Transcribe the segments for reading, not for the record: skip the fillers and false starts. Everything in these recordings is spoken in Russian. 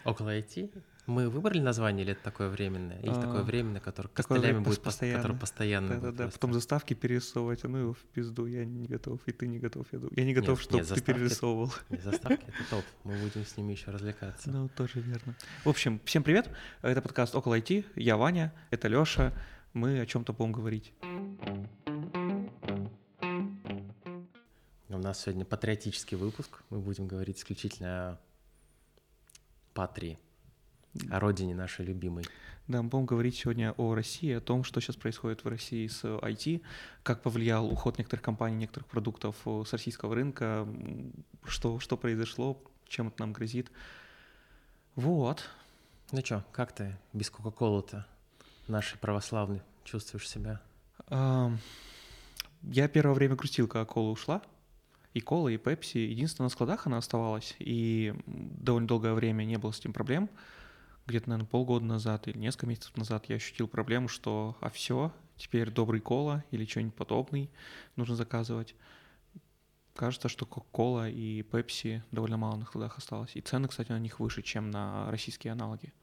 Около IT? Мы выбрали название или это такое временное? Или такое временное, которое костылями будет, которое постоянно будет? Да, потом заставки перерисовывать, а ну его в пизду, я не готов, и ты не готов, я не готов, Нет, чтобы ты заставки, перерисовывал. заставки — это топ, мы будем с ними еще развлекаться. Ну, тоже верно. В общем, всем привет, это подкаст «Около IT», я Ваня, это Лёша, мы о чем-то будем говорить. У нас сегодня патриотический выпуск, мы будем говорить исключительно о патрии, о родине нашей любимой. Да, мы будем говорить сегодня о России, о том, что сейчас происходит в России с IT, как повлиял уход некоторых компаний, некоторых продуктов с российского рынка, что произошло, чем это нам грозит. Вот. Ну чё, как ты без Кока-Колы-то, нашей православной, чувствуешь себя? Я первое время грустил, когда кола ушла. И кола, и пепси. Единственное, на складах она оставалась, и довольно долгое время не было с этим проблем. Где-то, наверное, полгода назад или несколько месяцев назад я ощутил проблему, что все, теперь добрый кола или что-нибудь подобный нужно заказывать. Кажется, что Кока-Кола и Пепси довольно мало на складах осталось. И цены, кстати, на них выше, чем на российские аналоги.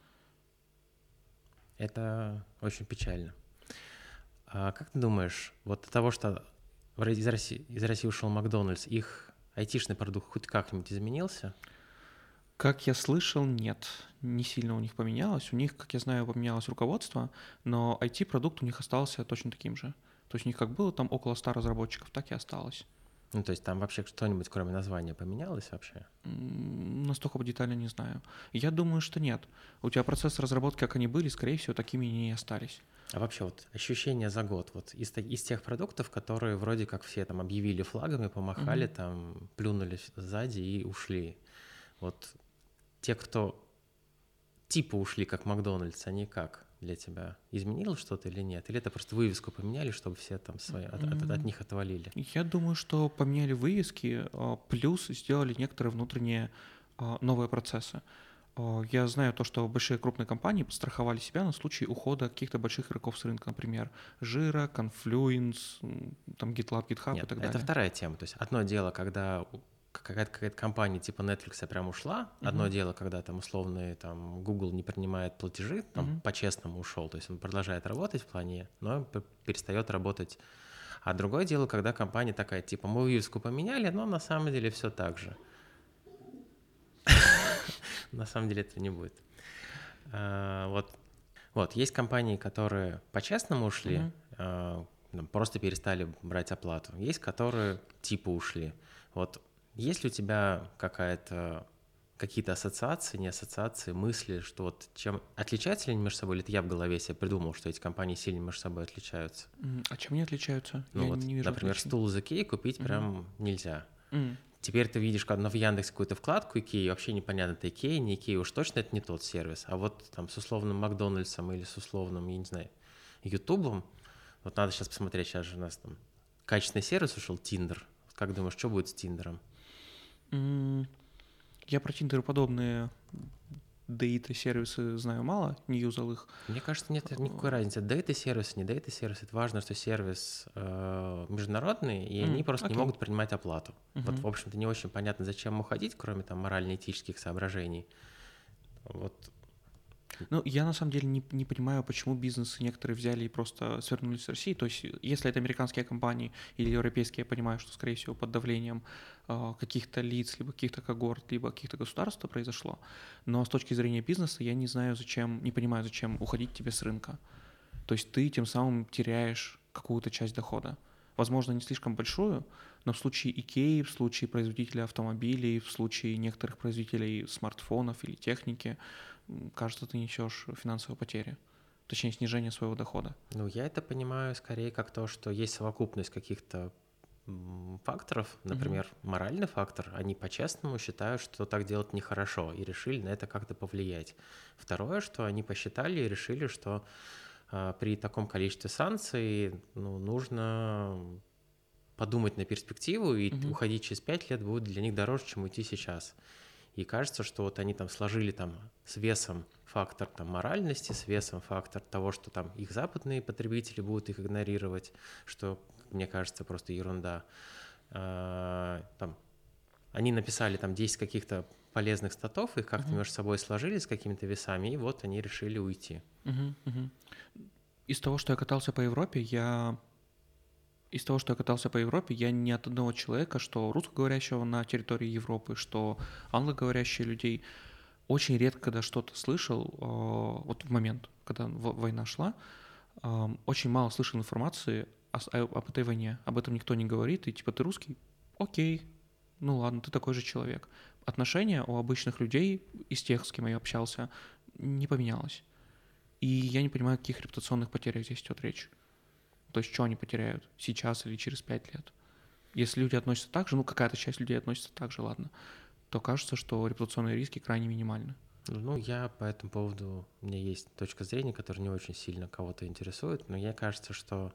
Это очень печально. А как ты думаешь, вот от того, что из России ушел Макдональдс, их айтишный продукт хоть как-нибудь изменился? Как я слышал, нет, не сильно у них поменялось. У них, как я знаю, поменялось руководство, но IT-продукт у них остался точно таким же. То есть у них как было там около 100 разработчиков, так и осталось. Ну, то есть там вообще что-нибудь, кроме названия, поменялось вообще? Настолько детально не знаю. Я думаю, что нет. У тебя процессы разработки, как они были, скорее всего, такими не остались. А вообще вот ощущение за год, вот из тех продуктов, которые вроде как все там объявили флагами, помахали, там плюнули сзади и ушли. Вот те, кто типа ушли, как Макдональдс, они как для тебя? Изменилось что-то или нет? Или это просто вывеску поменяли, чтобы все там свои от них отвалили? Я думаю, что поменяли вывески, плюс сделали некоторые внутренние новые процессы. Я знаю то, что большие крупные компании подстраховали себя на случай ухода каких-то больших игроков с рынка, например, Jira, Confluence, там GitLab, GitHub Нет, и так это далее. вторая тема. То есть одно дело, когда какая-то компания типа Netflix прям ушла, одно дело, когда там условный там Google не принимает платежи, там по-честному ушел, то есть он продолжает работать в плане, но перестает работать. А другое дело, когда компания такая, типа, мы вывеску поменяли, но на самом деле все так же. На самом деле этого не будет. Вот, есть компании, которые по-честному ушли, просто перестали брать оплату. Есть, которые типа ушли. Вот есть ли у тебя какие-то ассоциации, не ассоциации, мысли, что вот чем отличаются ли они между собой, или это я в голове себе придумал, что эти компании сильно между собой отличаются? А чем они отличаются? Ну Я вот, не вижу например, отличий. стул из Икеи купить прям нельзя. М. Теперь ты видишь, когда в Яндексе какую-то вкладку Икеи, вообще непонятно, это Икея, не Икея, уж точно это не тот сервис. А вот там с условным Макдональдсом или с условным, я не знаю, Ютубом, вот надо сейчас посмотреть, сейчас же у нас там качественный сервис ушел, Тиндер. Как думаешь, что будет с Тиндером? Я про Tinder подобные дейта-сервисы знаю мало, не юзал их. Мне кажется, нет никакой разницы. Дейта-сервис, не дейта-сервис. Это важно, что сервис международный, и они просто не могут принимать оплату. Вот, в общем-то, не очень понятно, зачем уходить, кроме там морально-этических соображений. Вот. Ну, я на самом деле не понимаю, почему бизнесы некоторые взяли и просто свернулись с России. То есть, если это американские компании или европейские, я понимаю, что, скорее всего, под давлением каких-то лиц, либо каких-то когорт, либо каких-то государств это произошло. Но с точки зрения бизнеса я не понимаю, зачем уходить тебе с рынка. То есть ты тем самым теряешь какую-то часть дохода. Возможно, не слишком большую, но в случае Икеи, в случае производителя автомобилей, в случае некоторых производителей смартфонов или техники, кажется, ты несешь финансовые потери, точнее, снижение своего дохода. Ну, я это понимаю скорее как то, что есть совокупность каких-то факторов, например, моральный фактор, они по-честному считают, что так делать нехорошо, и решили на это как-то повлиять. Второе, что они посчитали и решили, что при таком количестве санкций нужно подумать на перспективу, и уходить через 5 лет будет для них дороже, чем уйти сейчас. И кажется, что вот они там сложили там с весом фактор там моральности, с весом фактор того, что там их западные потребители будут их игнорировать, что, мне кажется, просто ерунда. Там, они написали там 10 каких-то полезных статов, их как-то между собой сложили с какими-то весами, и вот они решили уйти. Из того, что я катался по Европе, я ни от одного человека, что русскоговорящего на территории Европы, что англоговорящие людей, очень редко, когда что-то слышал, вот в момент, когда война шла, очень мало слышал информации об этой войне, об этом никто не говорит, и типа ты русский? Окей, ну ладно, ты такой же человек. Отношение у обычных людей из тех, с кем я общался, не поменялось. И я не понимаю, о каких репутационных потерях здесь идет речь. То есть, что они потеряют сейчас или через 5 лет. Если люди относятся так же, ну, какая-то часть людей относится так же, ладно, то кажется, что репутационные риски крайне минимальны. Ну, я по этому поводу, у меня есть точка зрения, которая не очень сильно кого-то интересует, но мне кажется, что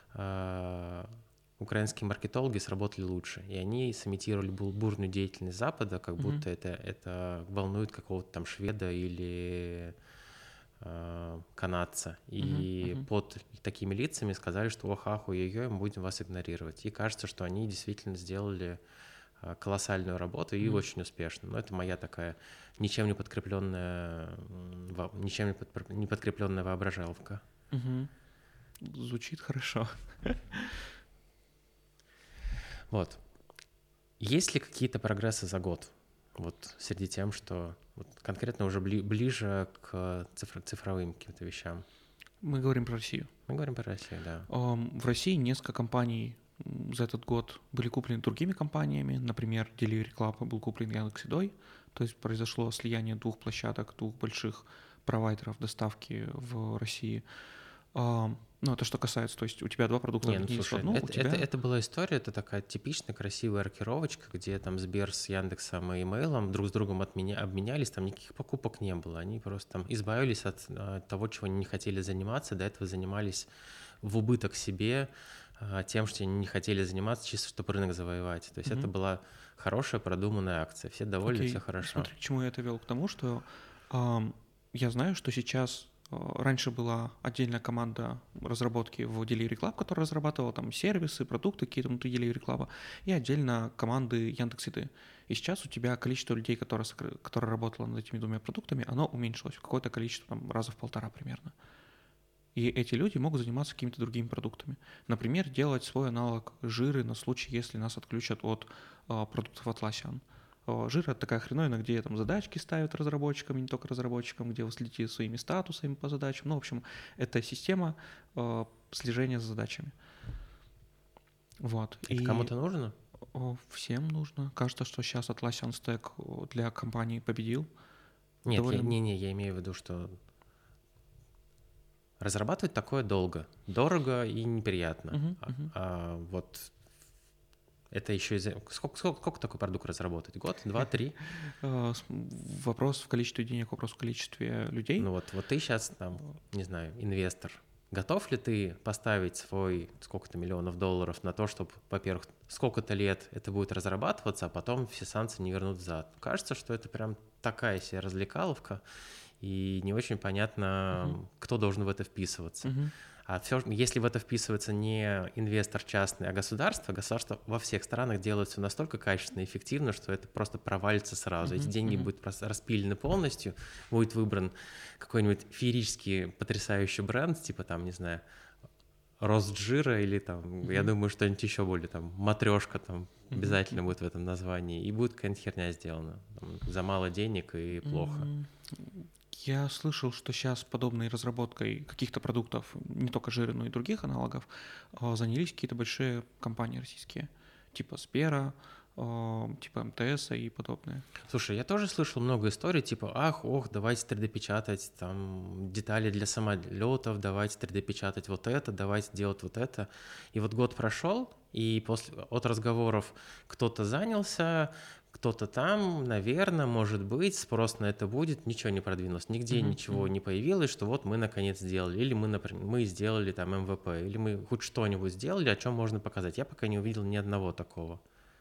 украинские маркетологи сработали лучше, и они сымитировали бурную деятельность Запада, как будто это волнует какого-то там шведа или канадца. И под такими лицами сказали, что ох, ой-ой-ой, мы будем вас игнорировать. И кажется, что они действительно сделали колоссальную работу и очень успешно. Но это моя такая ничем не подкрепленная воображаловка. Звучит хорошо. Вот. Есть ли какие-то прогрессы за год? Вот среди тем, что вот конкретно уже ближе к цифровым каким-то вещам. Мы говорим про Россию. Мы говорим про Россию, да. В России несколько компаний за этот год были куплены другими компаниями. Например, Delivery Club был куплен Яндекс.Едой. То есть произошло слияние двух площадок, двух больших провайдеров доставки в России. Ну, это что касается, то есть у тебя два продукта объединились в одну, это была история, это такая типичная красивая рокировочка, где там Сбер с Яндексом и Имейлом друг с другом обменялись, там никаких покупок не было, они просто там избавились от того, чего они не хотели заниматься, до этого занимались в убыток себе тем, что они не хотели заниматься, чисто чтобы рынок завоевать. То есть это была хорошая продуманная акция, все довольны, все хорошо. Смотри, к чему я это вел? К тому, что я знаю, что сейчас раньше была отдельная команда разработки в Delivery Club, которая разрабатывала там сервисы, продукты какие-то внутри Delivery Club, и отдельно команды Яндекс.Еды. И сейчас у тебя количество людей, которое работало над этими двумя продуктами, оно уменьшилось в какое-то количество, там, раза в 1,5 примерно. И эти люди могут заниматься какими-то другими продуктами. Например, делать свой аналог жиры на случай, если нас отключат от продуктов Atlassian. Жира — это такая хреновина, где там задачки ставят разработчикам, и не только разработчикам, где вы следите за своими статусами по задачам. Ну, в общем, это система слежения за задачами. Вот. Это кому-то нужно? Всем нужно. Кажется, что сейчас Atlassian Stack для компаний победил. Нет, я имею в виду, что разрабатывать такое дорого и неприятно. Вот это еще из... Сколько такой продукт разработать? Год, 2, 3? Вопрос в количестве денег, вопрос в количестве людей. Ну вот ты сейчас, там, не знаю, инвестор. Готов ли ты поставить свой сколько-то миллионов долларов на то, чтобы, во-первых, сколько-то лет это будет разрабатываться, а потом все санкции не вернут взад? Кажется, что это прям такая себе развлекаловка, и не очень понятно, кто должен в это вписываться. А все, если в это вписывается не инвестор частный, а государство во всех странах делает все настолько качественно и эффективно, что это просто провалится сразу. Эти деньги будут просто распилены полностью, будет выбран какой-нибудь феерический потрясающий бренд, типа там, не знаю, Росджира или там, я думаю, что-нибудь еще более, там, матрешка там обязательно будет в этом названии, и будет какая-нибудь херня сделана там, за мало денег и плохо. Я слышал, что сейчас подобной разработкой каких-то продуктов, не только жира, но и других аналогов, занялись какие-то большие компании российские, типа Сбера, типа МТС и подобное. Слушай, я тоже слышал много историй, типа, давайте 3D-печатать там детали для самолетов, давайте 3D-печатать вот это, давайте делать вот это. И вот год прошел, и от разговоров кто-то занялся, кто-то там, наверное, может быть, спрос на это будет, ничего не продвинулось, нигде ничего не появилось, что вот мы наконец сделали, или мы, например, мы сделали там MVP, или мы хоть что-нибудь сделали, о чем можно показать. Я пока не увидел ни одного такого.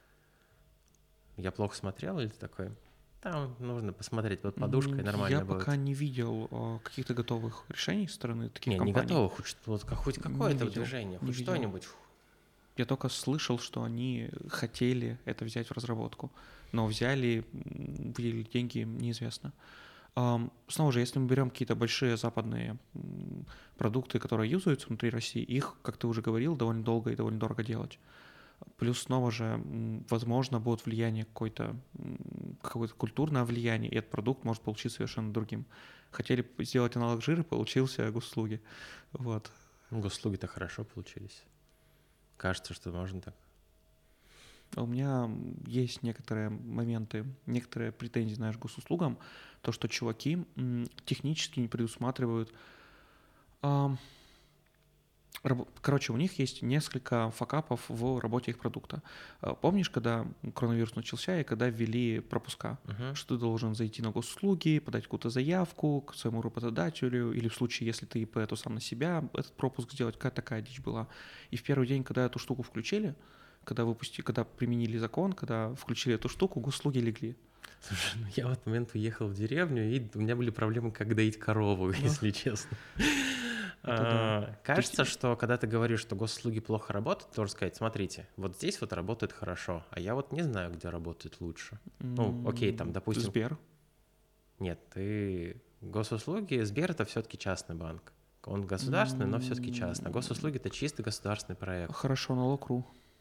Я плохо смотрел или такой? Там нужно посмотреть под подушкой, нормально будет. Я пока не видел каких-то готовых решений со стороны таких компаний. Не готовых, хоть какое-то движение, хоть что-нибудь. Я только слышал, что они хотели это взять в разработку, но взяли, выделили деньги, неизвестно. Снова же, если мы берем какие-то большие западные продукты, которые юзаются внутри России, их, как ты уже говорил, довольно долго и довольно дорого делать. Плюс снова же, возможно, будет влияние какое-то культурное влияние, и этот продукт может получиться совершенно другим. Хотели сделать аналог жира, получился госуслуги. Вот. Госуслуги-то хорошо получились. Кажется, что можно так. У меня есть некоторые моменты, некоторые претензии, знаешь, к госуслугам, то, что чуваки технически не предусматривают. Короче, у них есть несколько факапов в работе их продукта. Помнишь, когда коронавирус начался и когда ввели пропуска, что ты должен зайти на госуслуги, подать какую-то заявку к своему работодателю, или в случае, если ты ИП, то сам на себя этот пропуск сделать, какая такая дичь была. И в первый день, когда эту штуку включили, когда применили закон, когда включили эту штуку, госуслуги легли. Слушай, ну я в этот момент уехал в деревню, и у меня были проблемы, как доить корову, если честно. Кажется, что когда ты говоришь, что госуслуги плохо работают, ты должен сказать, смотрите, вот здесь вот работает хорошо, а я вот не знаю, где работает лучше. Ну, окей, там, допустим... Сбер? Нет, ты... Госуслуги, Сбер — это все-таки частный банк. Он государственный, но все-таки частный. Госуслуги — это чисто государственный проект. Хорошо, налог.ру.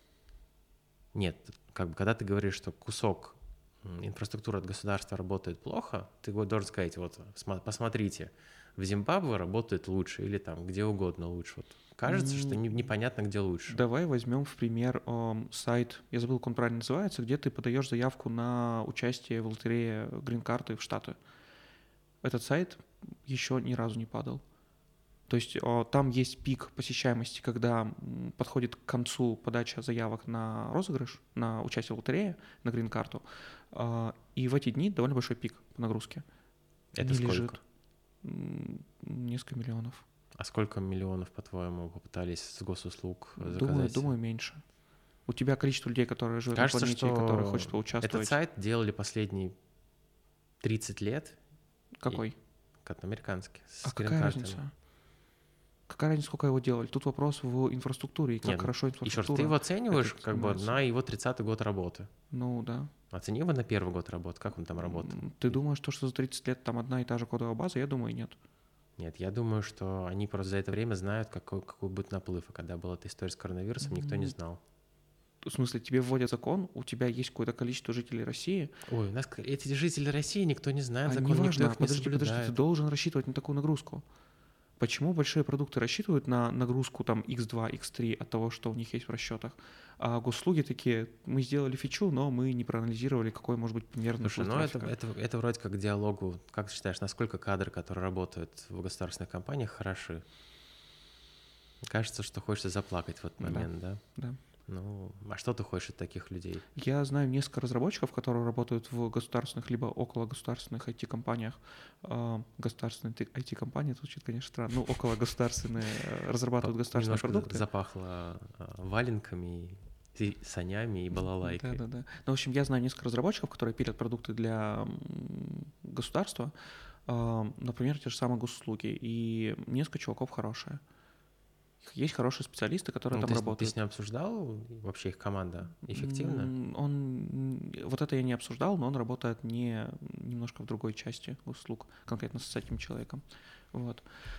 Нет, как бы, когда ты говоришь, что кусок инфраструктуры от государства работает плохо, ты должен сказать, вот, посмотрите, в Зимбабве работает лучше или там где угодно лучше. Вот. Кажется, что непонятно, где лучше. Давай возьмем в пример сайт, я забыл, как он правильно называется, где ты подаешь заявку на участие в лотерее грин-карты в Штаты. Этот сайт еще ни разу не падал. То есть там есть пик посещаемости, когда подходит к концу подача заявок на розыгрыш, на участие в лотерее, на грин-карту, и в эти дни довольно большой пик по нагрузке. Это сколько? Лежит несколько миллионов. А сколько миллионов, по-твоему, попытались с госуслуг заказать? Думаю, меньше. У тебя количество людей, которые живут на планете, которые хочет поучаствовать. Этот сайт делали последние 30 лет. Какой? Американский. Какая разница? Какая разница, сколько его делали? Тут вопрос в инфраструктуре, и как хорошо инфраструктура. Еще раз, ты его оцениваешь как бы на его 30-й год работы. Ну, да. Оцени его на первый год работы. Как он там работает? Ты думаешь, что за 30 лет там одна и та же кодовая база? Я думаю, нет. Нет, я думаю, что они просто за это время знают, какой будет наплыв. А когда была эта история с коронавирусом, никто не знал. В смысле, тебе вводят закон, у тебя есть какое-то количество жителей России. Ой, у нас эти жители России, никто не знает закон, неважно, никто их не соблюдает. Ты должен рассчитывать на такую нагрузку. Почему большие продукты рассчитывают на нагрузку там x2, x3 от того, что у них есть в расчетах, а госуслуги такие, мы сделали фичу, но мы не проанализировали, какой может быть примерный флоу трафика. Это вроде как диалогу. Как ты считаешь, насколько кадры, которые работают в государственных компаниях, хороши? Кажется, что хочется заплакать в этот момент, да? Да. Ну, а что ты хочешь от таких людей? Я знаю несколько разработчиков, которые работают в государственных либо около государственных IT-компаниях. Государственные IT-компании звучит, конечно, странно. Ну, около государственные, разрабатывают государственные продукты. Запахло валенками, санями и балалайкой. Да. Ну, в общем, я знаю несколько разработчиков, которые пилят продукты для государства, например, те же самые госуслуги, и несколько чуваков хорошие. Есть хорошие специалисты, которые там работают. Ты с ним обсуждал вообще их команда? Эффективно? Вот это я не обсуждал, но он работает немножко в другой части услуг, конкретно с этим человеком. Вот.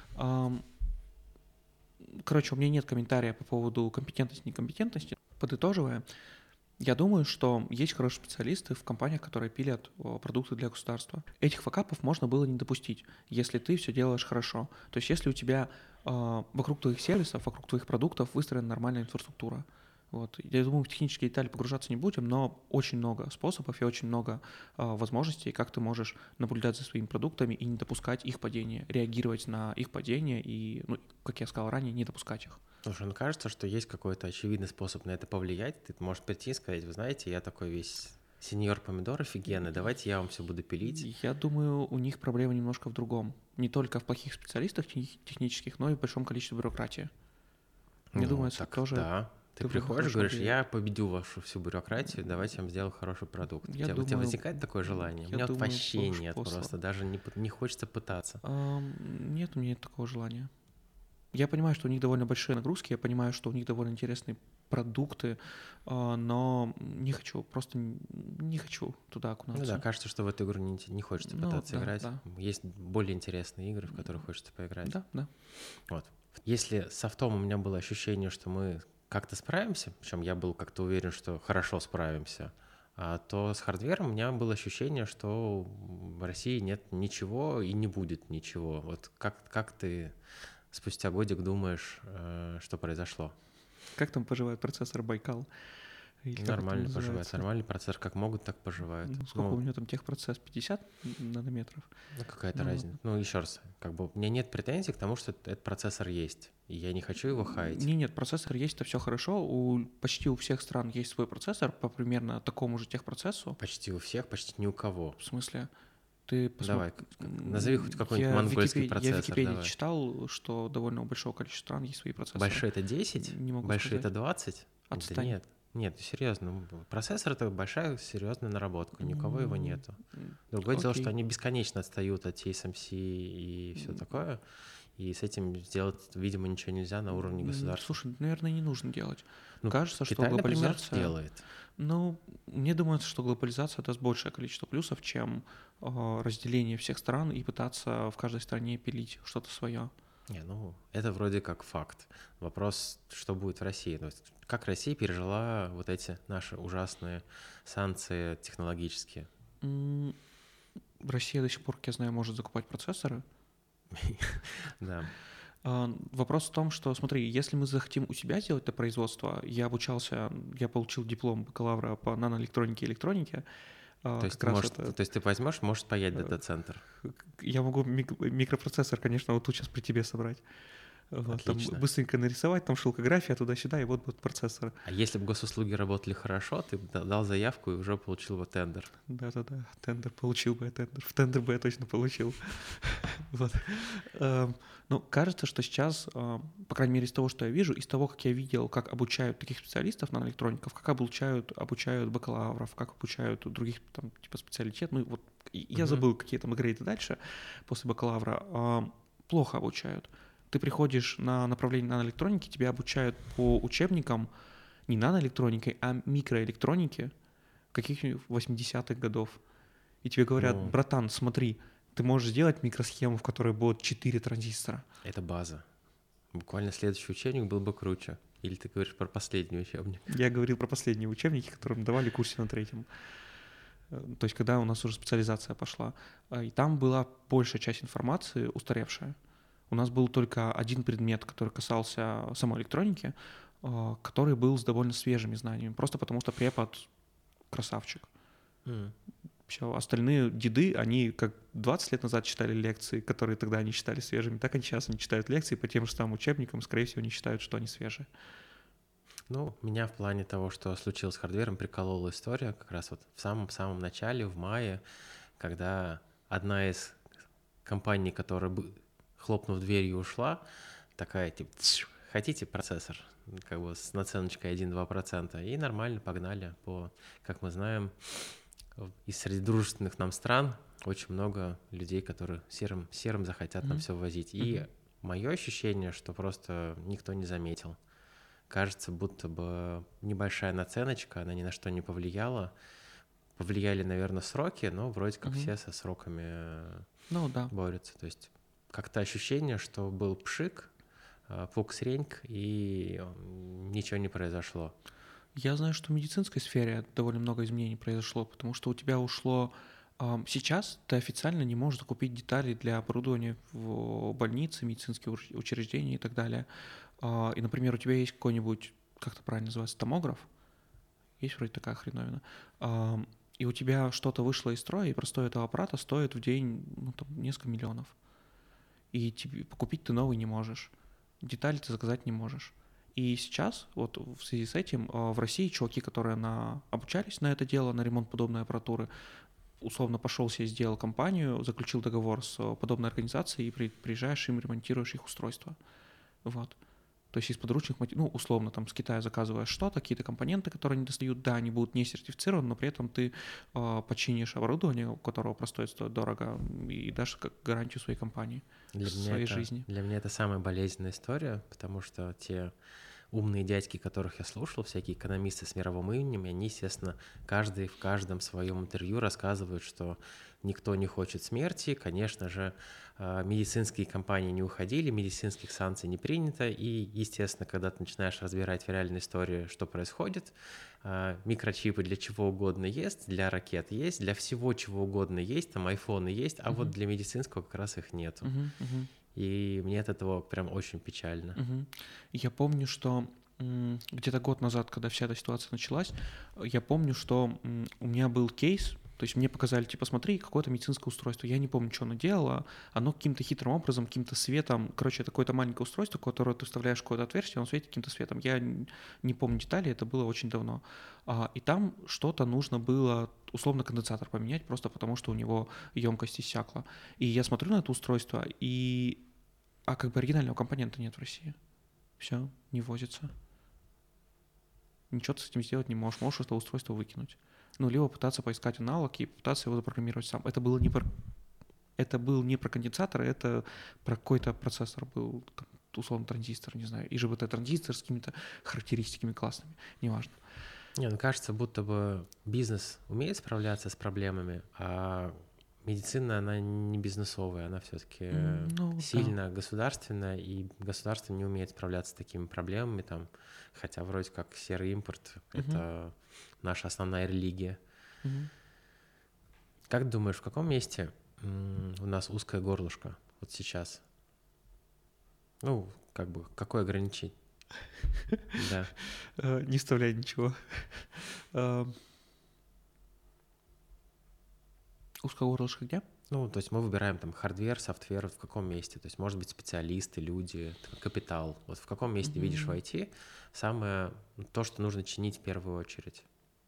Короче, у меня нет комментария по поводу компетентности, некомпетентности. Подытоживая, я думаю, что есть хорошие специалисты в компаниях, которые пилят продукты для государства. Этих факапов можно было не допустить, если ты все делаешь хорошо. То есть если у тебя вокруг твоих сервисов, вокруг твоих продуктов выстроена нормальная инфраструктура. Вот. Я думаю, в технические детали погружаться не будем, но очень много способов и очень много возможностей, как ты можешь наблюдать за своими продуктами и не допускать их падения, реагировать на их падение и, как я сказал ранее, не допускать их. Слушай, кажется, что есть какой-то очевидный способ на это повлиять. Ты можешь прийти и сказать, вы знаете, я такой весь сеньор помидор офигенный, давайте я вам все буду пилить. Я думаю, у них проблема немножко в другом. Не только в плохих специалистах технических, но и в большом количестве бюрократии. Мне думаю, это тоже... Да. Ты приходишь и говоришь, я победю вашу всу бюрократию, давайте я вам сделаю хороший продукт. У тебя возникает такое желание? У меня вообще нет, просто даже не хочется пытаться. Нет, у меня нет такого желания. Я понимаю, что у них довольно большие нагрузки, я понимаю, что у них довольно интересные продукты, но просто не хочу туда Ну да, окунаться. кажется, что в эту игру не хочется Ну, пытаться да, играть. да. Есть более интересные игры, в которые хочется поиграть. Да, да. Вот. Если с софтом у меня было ощущение, что мы как-то справимся, причем я был как-то уверен, что хорошо справимся, то с хардвером у меня было ощущение, что в России нет ничего и не будет ничего. Вот как ты спустя годик думаешь, что произошло? Как там поживает процессор Байкал? Или как он там Нормально поживает, называется? нормальный процессор, как могут, так поживают. Ну, сколько у Ну, него там техпроцесс? 50 нанометров? ну, какая-то Ну, разница. Ну, еще раз, как бы у меня нет претензий к тому, что этот процессор есть, и я не хочу его хаять. нет, процессор есть, это все хорошо. Почти у всех стран есть свой процессор по примерно такому же техпроцессу. Почти у всех, почти ни у кого. В смысле, ты Давай, назови хоть какой-нибудь Я в монгольский Я в процессор, Википедии давай. читал, что довольно у большого количества стран есть свои процессоры. Большой — это 10? Не могу Большой — это сказать. 20? Да Отстань. нет. Нет, серьезно, процессор — это большая серьезная наработка, ни у кого его нету. Другое дело, что Окей. они бесконечно отстают от TSMC и все такое, и с этим сделать, видимо, ничего нельзя на уровне государства. Слушай, наверное, не нужно делать. Ну, Кажется, что Китай, например, глобализация... делает. Ну, мне думается, что глобализация даст большее количество плюсов, чем разделение всех стран и пытаться в каждой стране пилить что-то свое. Не, ну, это вроде как факт. Вопрос, что будет в России. То есть, как Россия пережила вот эти наши ужасные санкции технологические? Россия до сих пор, как я знаю, может закупать процессоры. Да. Вопрос в том, что, смотри, если мы захотим у себя сделать это производство, я получил диплом бакалавра по наноэлектронике и электронике. То есть ты возьмешь, можешь паять дата-центр. Я могу микропроцессор, конечно, вот тут сейчас при тебе собрать. Вот, там Отлично. быстренько нарисовать, там шелкография туда-сюда, и вот будет процессор. А если бы госуслуги работали хорошо, ты бы дал заявку и уже получил бы тендер. Да-да-да, тендер, получил бы я тендер. В тендер бы я точно получил. Вот. Ну, кажется, что сейчас, по крайней мере, из того, что я вижу, из того, как я видел, как обучают таких специалистов на электроников, как обучают бакалавров, как обучают других там типа специалитет, ну вот я забыл, какие там грейды дальше после бакалавра, плохо обучают. Ты приходишь на направление наноэлектроники, тебя обучают по учебникам не наноэлектроникой, а микроэлектронике каких-нибудь 80-х годов. И тебе говорят, братан, смотри, ты можешь сделать микросхему, в которой будет 4 транзистора. Это база. Буквально следующий учебник был бы круче. Или ты говоришь про последний учебник? Я говорил про последние учебники, которые мы давали в курсе на 3-м. То есть когда у нас уже специализация пошла. И там была большая часть информации устаревшая. У нас был только один предмет, который касался самой электроники, который был с довольно свежими знаниями, просто потому что препод красавчик. Все, остальные деды, они как 20 лет назад читали лекции, которые тогда они считали свежими, так и сейчас они читают лекции по тем же самым учебникам, скорее всего, они считают, что они свежие. Ну, меня в плане того, что случилось с хардвером, приколола история как раз вот в самом-самом начале, в мае, когда одна из компаний, которая, хлопнув дверью, ушла, такая, типа, хотите процессор? Как бы с наценочкой 1-2%. И нормально погнали по, как мы знаем, из среди дружественных нам стран очень много людей, которые серым захотят нам все ввозить. И мое ощущение, что просто никто не заметил. Кажется, будто бы небольшая наценочка, она ни на что не повлияла. Повлияли, наверное, сроки, но вроде как все со сроками борются. То есть как-то ощущение, что был пшик, пукс-реньк, и ничего не произошло. Я знаю, что в медицинской сфере довольно много изменений произошло, потому что у тебя ушло... Сейчас ты официально не можешь закупить детали для оборудования в больнице, медицинские учреждения и так далее. И, например, у тебя есть какой-нибудь, как это правильно называется, томограф, есть вроде такая хреновина, и у тебя что-то вышло из строя, и простой этого аппарата стоит в день несколько миллионов. И купить ты новый не можешь, детали ты заказать не можешь. И сейчас, вот в связи с этим, в России чуваки, которые обучались на это дело, на ремонт подобной аппаратуры, условно пошел себе, сделал компанию, заключил договор с подобной организацией, и приезжаешь им, ремонтируешь их устройство. Вот. То есть из подручных, ну, условно, там с Китая заказываешь что-то, какие-то компоненты, которые не достают, да, они будут не сертифицированы, но при этом ты починишь оборудование, у которого простое стоит дорого, и дашь как гарантию своей компании, своей жизни. Для меня это самая болезненная история, потому что те умные дядьки, которых я слушал, всякие экономисты с мировым именем, они, естественно, каждый в каждом своем интервью рассказывают, что никто не хочет смерти, конечно же, медицинские компании не уходили, медицинских санкций не принято, и, естественно, когда ты начинаешь разбирать в реальной истории, что происходит, микрочипы для чего угодно есть, для ракет есть, для всего чего угодно есть, там айфоны есть, а вот для медицинского как раз их нету. И мне от этого прям очень печально. Я помню, что где-то год назад, когда вся эта ситуация началась, я помню, что у меня был кейс, то есть мне показали, типа, смотри, какое-то медицинское устройство. Я не помню, что оно делало. Оно каким-то хитрым образом, каким-то светом, короче, это какое-то маленькое устройство, которое ты вставляешь в какое-то отверстие, оно светит каким-то светом. Я не помню детали, это было очень давно. И там что-то нужно было, условно, конденсатор поменять, просто потому что у него емкость иссякла. И я смотрю на это устройство, а как бы оригинального компонента нет в России. Все, не возится. Ничего ты с этим сделать не можешь. Можешь это устройство выкинуть. Ну, либо пытаться поискать аналог и пытаться его запрограммировать сам. Это был не про конденсатор, это про какой-то процессор был, там, условно, транзистор, не знаю, ИЖБТ-транзистор с какими-то характеристиками классными, неважно. Не, ну кажется, будто бы бизнес умеет справляться с проблемами, а медицина, она не бизнесовая, она все-таки сильно государственная, и государство не умеет справляться с такими проблемами, там, хотя вроде как серый импорт — это наша основная религия. Как ты думаешь, в каком месте у нас узкое горлышко вот сейчас? Ну, как бы, какое ограничение? Да. Не вставляй ничего. Узкое горлышко где? Ну, то есть мы выбираем там хардвер, софтвер, в каком месте? То есть, может быть, специалисты, люди, капитал. Вот в каком месте видишь в IT самое то, что нужно чинить в первую очередь?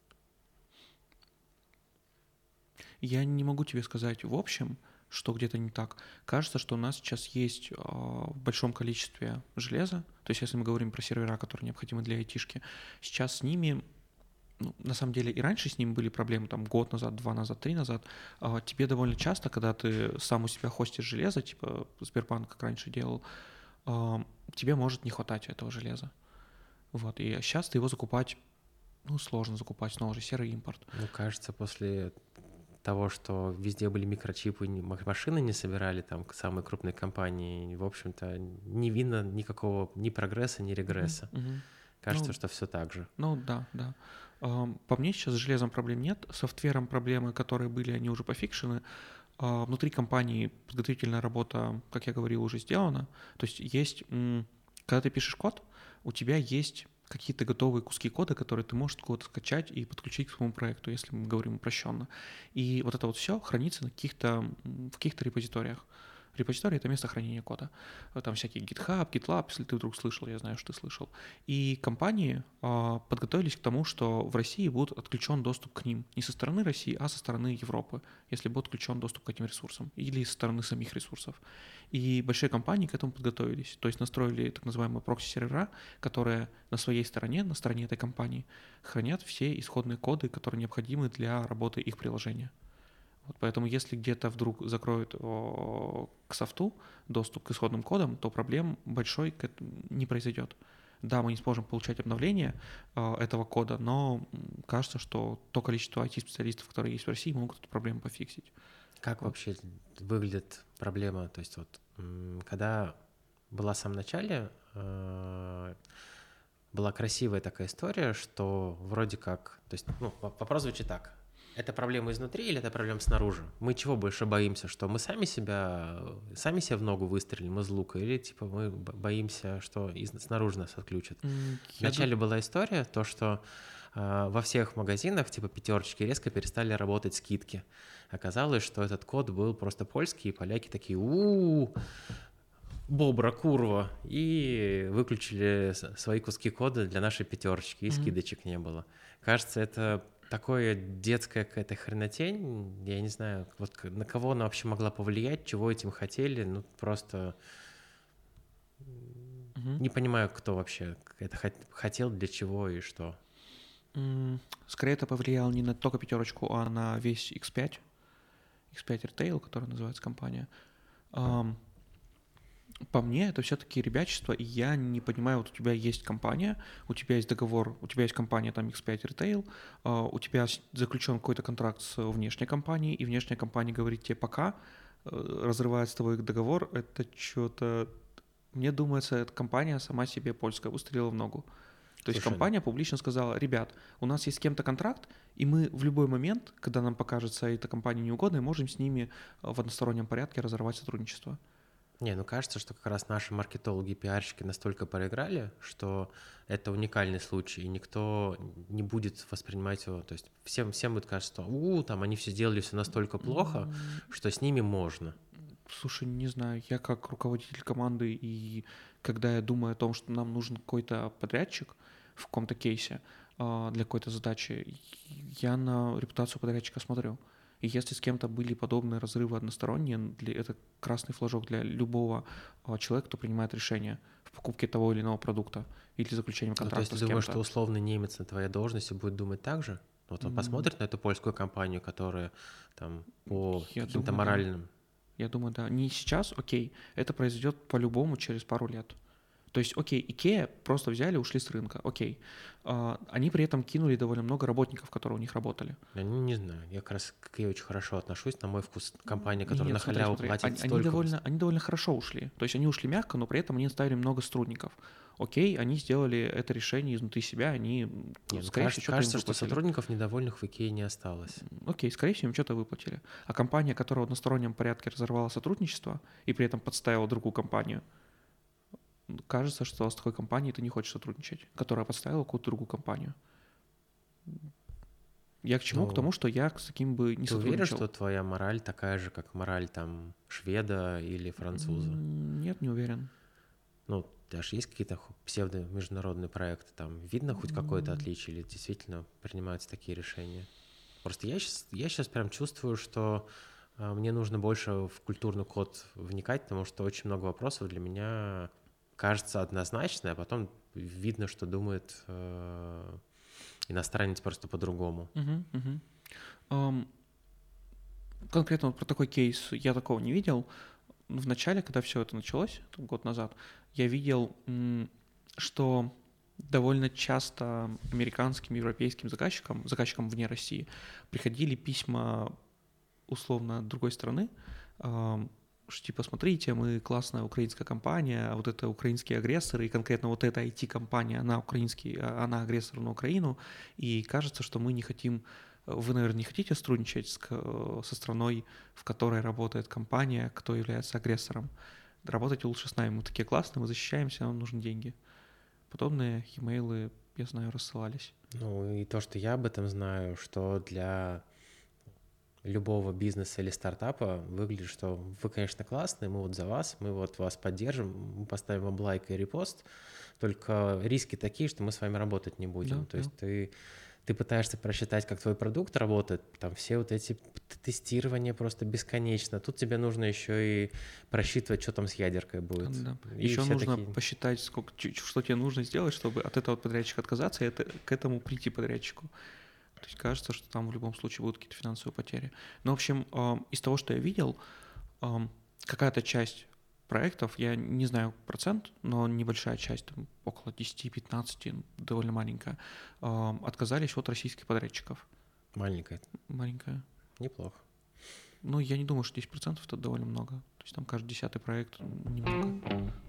Я не могу тебе сказать в общем, что где-то не так. Кажется, что у нас сейчас есть в большом количестве железа. То есть если мы говорим про сервера, которые необходимы для айтишки, сейчас с ними, ну, на самом деле и раньше с ними были проблемы, там год назад, 2 назад, 3 назад. Тебе довольно часто, когда ты сам у себя хостишь железо, типа Сбербанк, как раньше делал, тебе может не хватать этого железа. Вот, и сейчас ты его закупать, ну, сложно закупать, снова же серый импорт. Ну, кажется, после того, что везде были микрочипы, машины не собирали, там, самые крупные компании, в общем-то, не видно никакого ни прогресса, ни регресса. Кажется, что все так же. Ну, да. По мне сейчас с железом проблем нет, с софтвером проблемы, которые были, они уже пофикшены. Внутри компании подготовительная работа, как я говорил, уже сделана. То есть когда ты пишешь код, у тебя есть какие-то готовые куски кода, которые ты можешь куда-то скачать и подключить к своему проекту, если мы говорим упрощенно. И вот это вот все хранится в каких-то репозиториях. Репозиторий — это место хранения кода. Там всякие GitHub, GitLab, если ты вдруг слышал, я знаю, что ты слышал. И компании подготовились к тому, что в России будет отключен доступ к ним. Не со стороны России, а со стороны Европы, если будет отключен доступ к этим ресурсам. Или со стороны самих ресурсов. И большие компании к этому подготовились. То есть настроили так называемые прокси-сервера, которые на своей стороне, на стороне этой компании, хранят все исходные коды, которые необходимы для работы их приложения. Вот поэтому если где-то вдруг закроют к софту доступ к исходным кодам, то проблем большой не произойдет. Да, мы не сможем получать обновления этого кода, но кажется, что то количество IT-специалистов, которые есть в России, могут эту проблему пофиксить. Как вообще выглядит проблема? То есть вот когда была в самом начале, была красивая такая история, что вроде как, то есть, ну, вопрос звучит так: это проблема изнутри или это проблема снаружи? Мы чего больше боимся, что мы сами себе в ногу выстрелим из лука, или типа мы боимся, что снаружи нас отключат? Вначале была история, то, что во всех магазинах типа пятерочки резко перестали работать скидки. Оказалось, что этот код был просто польский, и поляки такие: бобра, курва, и выключили свои куски кода для нашей пятерочки, и скидочек не было. Кажется, это такое детская какая-то хренотень, я не знаю, вот на кого она вообще могла повлиять, чего этим хотели, ну просто Не понимаю, кто вообще это хотел, для чего и что. Скорее это повлияло не на только пятерочку, а на весь X5 Retail, который называется компания. По мне, это все-таки ребячество, и я не понимаю, вот у тебя есть компания, у тебя есть договор, у тебя есть компания там X5 Retail, у тебя заключен какой-то контракт с внешней компанией, и внешняя компания говорит тебе пока, разрывает с тобой договор, это что-то... Мне думается, эта компания сама себе польская выстрелила в ногу. То есть Слушай, компания публично сказала: ребят, у нас есть с кем-то контракт, и мы в любой момент, когда нам покажется эта компания неугодной, можем с ними в одностороннем порядке разорвать сотрудничество. Не, ну кажется, что как раз наши маркетологи и пиарщики настолько проиграли, что это уникальный случай, и никто не будет воспринимать его. То есть всем будет кажется, что там они все сделали все настолько плохо, что с ними можно. Слушай, не знаю, я как руководитель команды, и когда я думаю о том, что нам нужен какой-то подрядчик в каком-то кейсе для какой-то задачи, я на репутацию подрядчика смотрю. И если с кем-то были подобные разрывы односторонние, это красный флажок для любого человека, кто принимает решение в покупке того или иного продукта или заключением Ну, то контракта есть ты с думаешь, кем-то. что условный немец на твоей должности будет думать так же? Вот он посмотрит на эту польскую компанию, которая там по Я каким-то думаю, да. моральным... Я думаю, да. Не сейчас, окей. Это произойдет по-любому через пару лет. То есть, окей, Икея просто взяли, ушли с рынка, окей. Они при этом кинули довольно много работников, которые у них работали. Я не знаю, я как раз к ней очень хорошо отношусь, на мой вкус. Компания, которая Нет, на смотри, халяву платит они столько... довольно хорошо ушли. То есть они ушли мягко, но при этом они оставили много сотрудников. Окей, они сделали это решение изнутри себя, они, Не, ну, скорее всего, что-то им кажется, что выплатили. сотрудников недовольных в Икее не осталось. Окей, скорее всего, им что-то выплатили. А компания, которая в одностороннем порядке разорвала сотрудничество и при этом подставила другую компанию, кажется, что с такой компанией ты не хочешь сотрудничать, которая подставила какую-то другую компанию. Я к чему? К Ну, тому, что я с таким бы не ты уверен, сотрудничал. что твоя мораль такая же, как мораль там шведа или француза? Нет, не уверен. Ну, даже есть какие-то псевдо-международные проекты, там видно хоть какое-то отличие или действительно принимаются такие решения? Просто я сейчас прям чувствую, что мне нужно больше в культурный код вникать, потому что очень много вопросов для меня кажется однозначно, а потом видно, что думает иностранец просто по-другому. Конкретно вот про такой кейс я такого не видел. В начале, когда все это началось, год назад, я видел, что довольно часто американским, европейским заказчикам вне России, приходили письма условно другой страны, что типа, смотрите, мы классная украинская компания, а вот это украинские агрессоры, и конкретно вот эта IT-компания, она агрессор на Украину, и кажется, что мы не хотим, вы, наверное, не хотите сотрудничать со страной, в которой работает компания, кто является агрессором. Работайте лучше с нами, мы такие классные, мы защищаемся, нам нужны деньги. Подобные e-mailы, я знаю, рассылались. Ну и то, что я об этом знаю, что для любого бизнеса или стартапа выглядит, что вы, конечно, классные, мы вот за вас, мы вот вас поддержим, мы поставим вам лайк и репост, только риски такие, что мы с вами работать не будем. Да, То есть ты пытаешься просчитать, как твой продукт работает, там все вот эти тестирования просто бесконечно. Тут тебе нужно еще и просчитывать, что там с ядеркой будет. Да. И Еще нужно такие... посчитать, что тебе нужно сделать, чтобы от этого подрядчика отказаться и к этому прийти подрядчику. То есть кажется, что там в любом случае будут какие-то финансовые потери. Но, в общем, из того, что я видел, какая-то часть проектов, я не знаю процент, но небольшая часть, там, около 10-15, довольно маленькая, отказались от российских подрядчиков. Маленькая. Маленькая. Неплохо. Ну, я не думаю, что 10% это довольно много. То есть там каждый 10-й проект немного.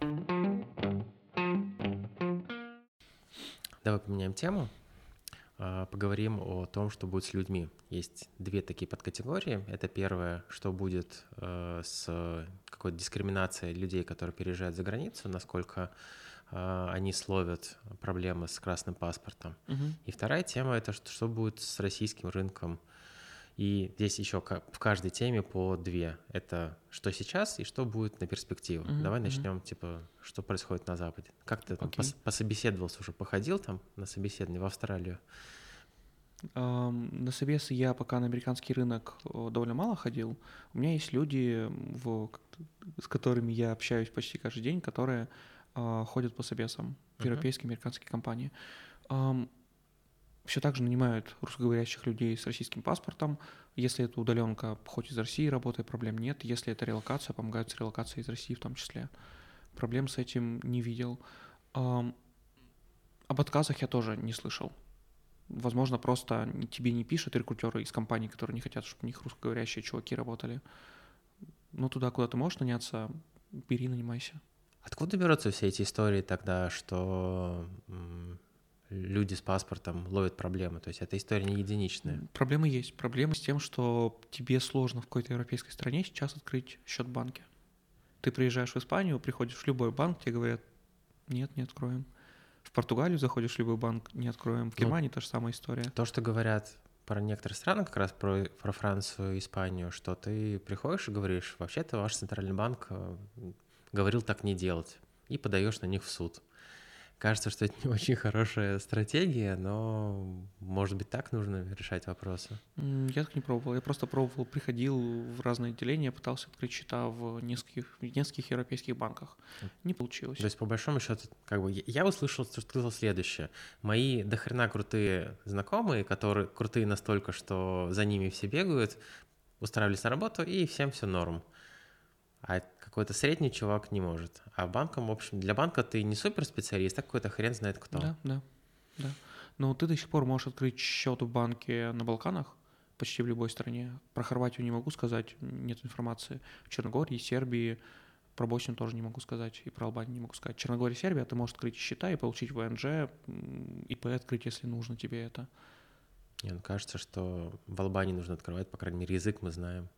Давай поменяем тему. Поговорим о том, что будет с людьми. Есть две такие подкатегории. Это первое, что будет с какой-то дискриминацией людей, которые переезжают за границу, насколько они словят проблемы с красным паспортом. И вторая тема — это что будет с российским рынком. И здесь еще в каждой теме по две. Это что сейчас и что будет на перспективу. Давай начнем, типа, что происходит на Западе. Как ты там пособеседовался уже, походил там на собеседование в Австралию? На собесы я пока на американский рынок довольно мало ходил. У меня есть люди, с которыми я общаюсь почти каждый день, которые ходят по собесам в Мгм. европейские, американские компании. Все так же нанимают русскоговорящих людей с российским паспортом. Если это удаленка, хоть из России работает, проблем нет. Если это релокация, помогают с релокацией из России в том числе. Проблем с этим не видел. Ам, Об отказах я тоже не слышал. Возможно, просто тебе не пишут рекрутеры из компаний, которые не хотят, чтобы у них русскоговорящие чуваки работали. Ну, туда, куда ты можешь наняться, бери, нанимайся. Откуда берутся все эти истории тогда, что люди с паспортом ловят проблемы? То есть эта история не единичная. Проблемы есть. Проблемы с тем, что тебе сложно в какой-то европейской стране сейчас открыть счет в банке. Ты приезжаешь в Испанию, приходишь в любой банк, тебе говорят, нет, не откроем. В Португалию заходишь в любой банк, не откроем. В Ну, Германии та же самая история. то, что говорят про некоторые страны, как раз про Францию и Испанию, что ты приходишь и говоришь, вообще-то ваш центральный банк говорил так не делать, и подаешь на них в суд. Кажется, что это не очень хорошая стратегия, но, может быть, так нужно решать вопросы. Я так не пробовал. Я просто пробовал, приходил в разные отделения, пытался открыть счета в нескольких европейских банках. Не получилось. То есть, по большому счету, как бы я услышал, что сказал следующее. Мои дохрена крутые знакомые, которые крутые настолько, что за ними все бегают, устраивались на работу, и всем все норм. А какой-то средний чувак не может. А банком, в общем, для банка ты не суперспециалист, а какой-то хрен знает кто. Да. Но ты до сих пор можешь открыть счет в банке на Балканах, почти в любой стране. Про Хорватию не могу сказать, нет информации. В Черногории, Сербии, про Боснию тоже не могу сказать, и про Албанию не могу сказать. В Черногории, Сербия ты можешь открыть счета и получить ВНЖ, ИП открыть, если нужно тебе это. Мне кажется, что в Албании нужно открывать, по крайней мере, язык мы знаем.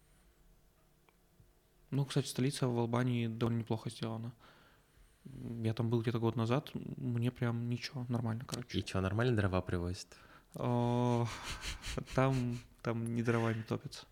Ну, кстати, столица в Албании довольно неплохо сделана. Я там был где-то год назад, мне прям ничего, нормально, короче. И что, нормально дрова привозят? О, там не дровами топятся.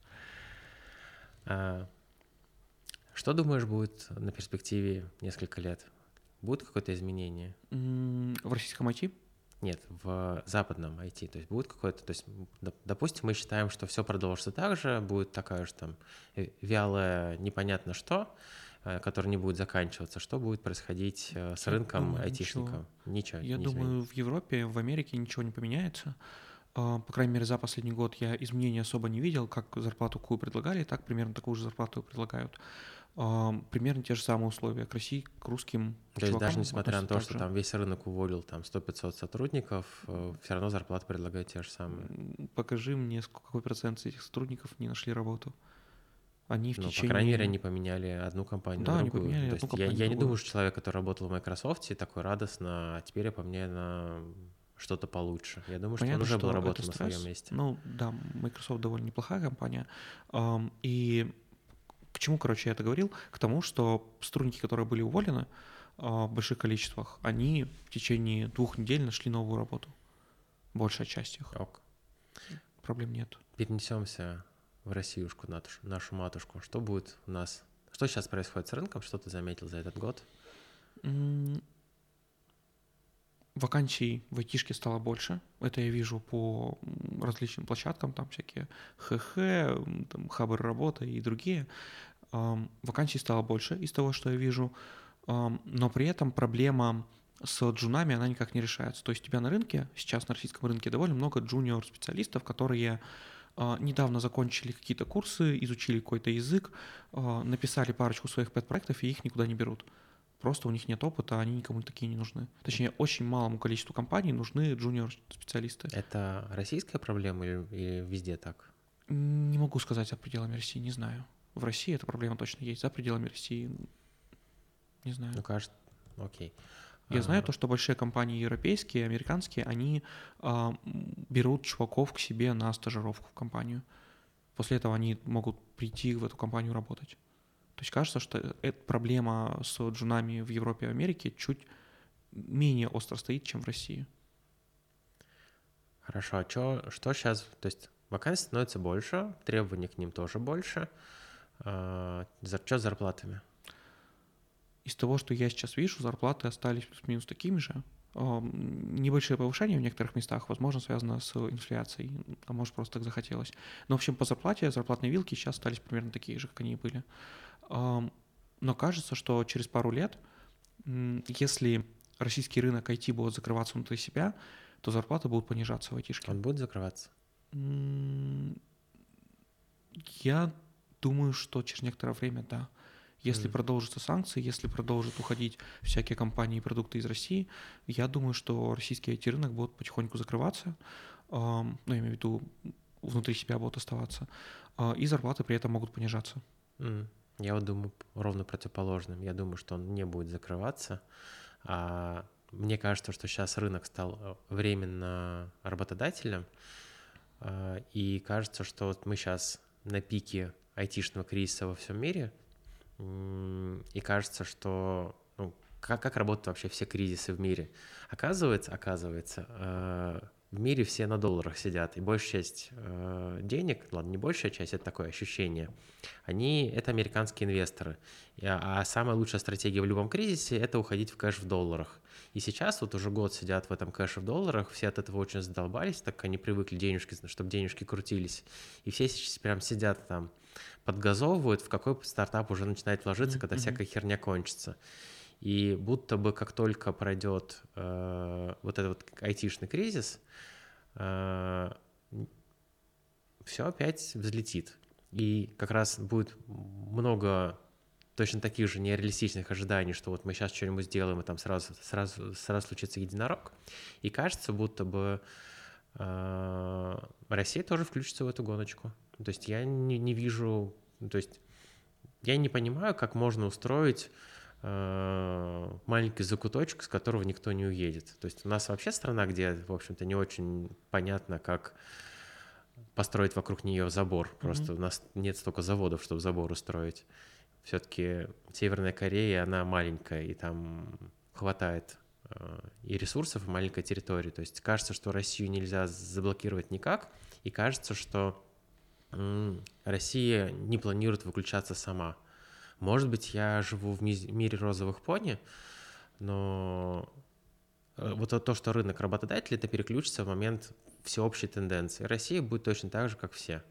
А что думаешь будет на перспективе несколько лет? Будет какое-то изменение? В российском IT? Нет, в западном IT. То есть будет какое-то... То есть, допустим, мы считаем, что все продолжится так же, будет такая же там вялая непонятно что, которая не будет заканчиваться. Что будет происходить с рынком айтишников? Ничего Я не думаю, изменится. в Европе, в Америке ничего не поменяется. По крайней мере, за последний год я изменений особо не видел. Как зарплату какую предлагали, так примерно такую же зарплату предлагают. Примерно те же самые условия к России, к русским То есть даже чувакам несмотря на относятся то, так что же. там весь рынок уволил там 100-500 сотрудников, все равно зарплаты предлагают те же самые. Покажи мне, какой процент из этих сотрудников не нашли работу. Они в Ну, течение... по крайней мере, они поменяли одну компанию Да, на они другую. поменяли То одну есть компанию я на не другую. думаю, что человек, который работал в Microsoft, такой радостно, а теперь я поменяю на что-то получше. Я думаю, что он Понятно, уже был что это работал на своем стресс. месте. Ну, да, Microsoft довольно неплохая компания. И к чему, короче, я это говорил? К тому, что сотрудники, которые были уволены в больших количествах, они в течение 2 недель нашли новую работу. Большая часть их. Ок. Проблем нет. Перенесемся в Россиюшку, нашу матушку. Что будет у нас? Что сейчас происходит с рынком? Что ты заметил за этот год? Вакансий в айтишке стало больше. Это я вижу по различным площадкам, там всякие ХХ, там Хабр работа и другие. Вакансий стало больше из того, что я вижу, но при этом проблема с джунами, она никак не решается. То есть у тебя на рынке, сейчас на российском рынке довольно много джуниор-специалистов, которые недавно закончили какие-то курсы, изучили какой-то язык, написали парочку своих пэт-проектов, и их никуда не берут. Просто у них нет опыта, они никому такие не нужны. Точнее, очень малому количеству компаний нужны джуниор-специалисты. Это российская проблема или везде так? Не могу сказать за пределами России, не знаю. В России эта проблема точно есть, за пределами России не знаю. Ну, кажется, окей. Я знаю то, что большие компании европейские, американские, они берут чуваков к себе на стажировку в компанию. После этого они могут прийти в эту компанию работать. То есть кажется, что эта проблема с джунами в Европе и Америке чуть менее остро стоит, чем в России. Хорошо, а что сейчас? То есть вакансий становится больше, требований к ним тоже больше. Что с зарплатами? Из того, что я сейчас вижу, зарплаты остались плюс-минус такими же. Небольшие повышения в некоторых местах, возможно, связано с инфляцией, а может, просто так захотелось. Но, в общем, по зарплате, зарплатные вилки сейчас остались примерно такие же, как они и были. Но кажется, что через пару лет Если российский рынок IT будет закрываться внутри себя, то зарплаты будут понижаться в айтишке. Он будет закрываться? Я думаю, что через некоторое время, да. Если продолжатся санкции, если продолжат уходить всякие компании и продукты из России, я думаю, что российский IT-рынок будет потихоньку закрываться, ну, я имею в виду, внутри себя будут оставаться, и зарплаты при этом могут понижаться. Я вот думаю ровно противоположным. Я думаю, что он не будет закрываться. Мне кажется, что сейчас рынок стал временно работодателем, и кажется, что вот мы сейчас на пике айтишного кризиса во всем мире, и кажется, что как работают вообще все кризисы в мире. Оказывается, в мире все на долларах сидят, и большая часть денег, ладно, не большая часть, это такое ощущение, это американские инвесторы. А самая лучшая стратегия в любом кризисе – это уходить в кэш в долларах. И сейчас вот уже год сидят в этом кэше в долларах, все от этого очень задолбались, так как они привыкли чтобы денежки крутились. И все сейчас прям сидят там, подгазовывают, в какой стартап уже начинает вложиться, когда всякая херня кончится. И будто бы как только пройдет вот этот вот айтишный кризис, все опять взлетит. И как раз будет много точно таких же нереалистичных ожиданий, что вот мы сейчас что-нибудь сделаем, и там сразу случится единорог. И кажется, будто бы Россия тоже включится в эту гоночку. То есть я не вижу, то есть я не понимаю, как можно устроить маленький закуточек, с которого никто не уедет. То есть у нас вообще страна, где, в общем-то, не очень понятно, как построить вокруг нее забор. Просто у нас нет столько заводов, чтобы забор устроить. Все-таки Северная Корея, она маленькая, и там хватает и ресурсов, и маленькой территории. То есть кажется, что Россию нельзя заблокировать никак, и кажется, что Россия не планирует выключаться сама. Может быть, я живу в мире розовых пони, но вот то, что рынок работодателей, это переключится в момент всеобщей тенденции. Россия будет точно так же, как все.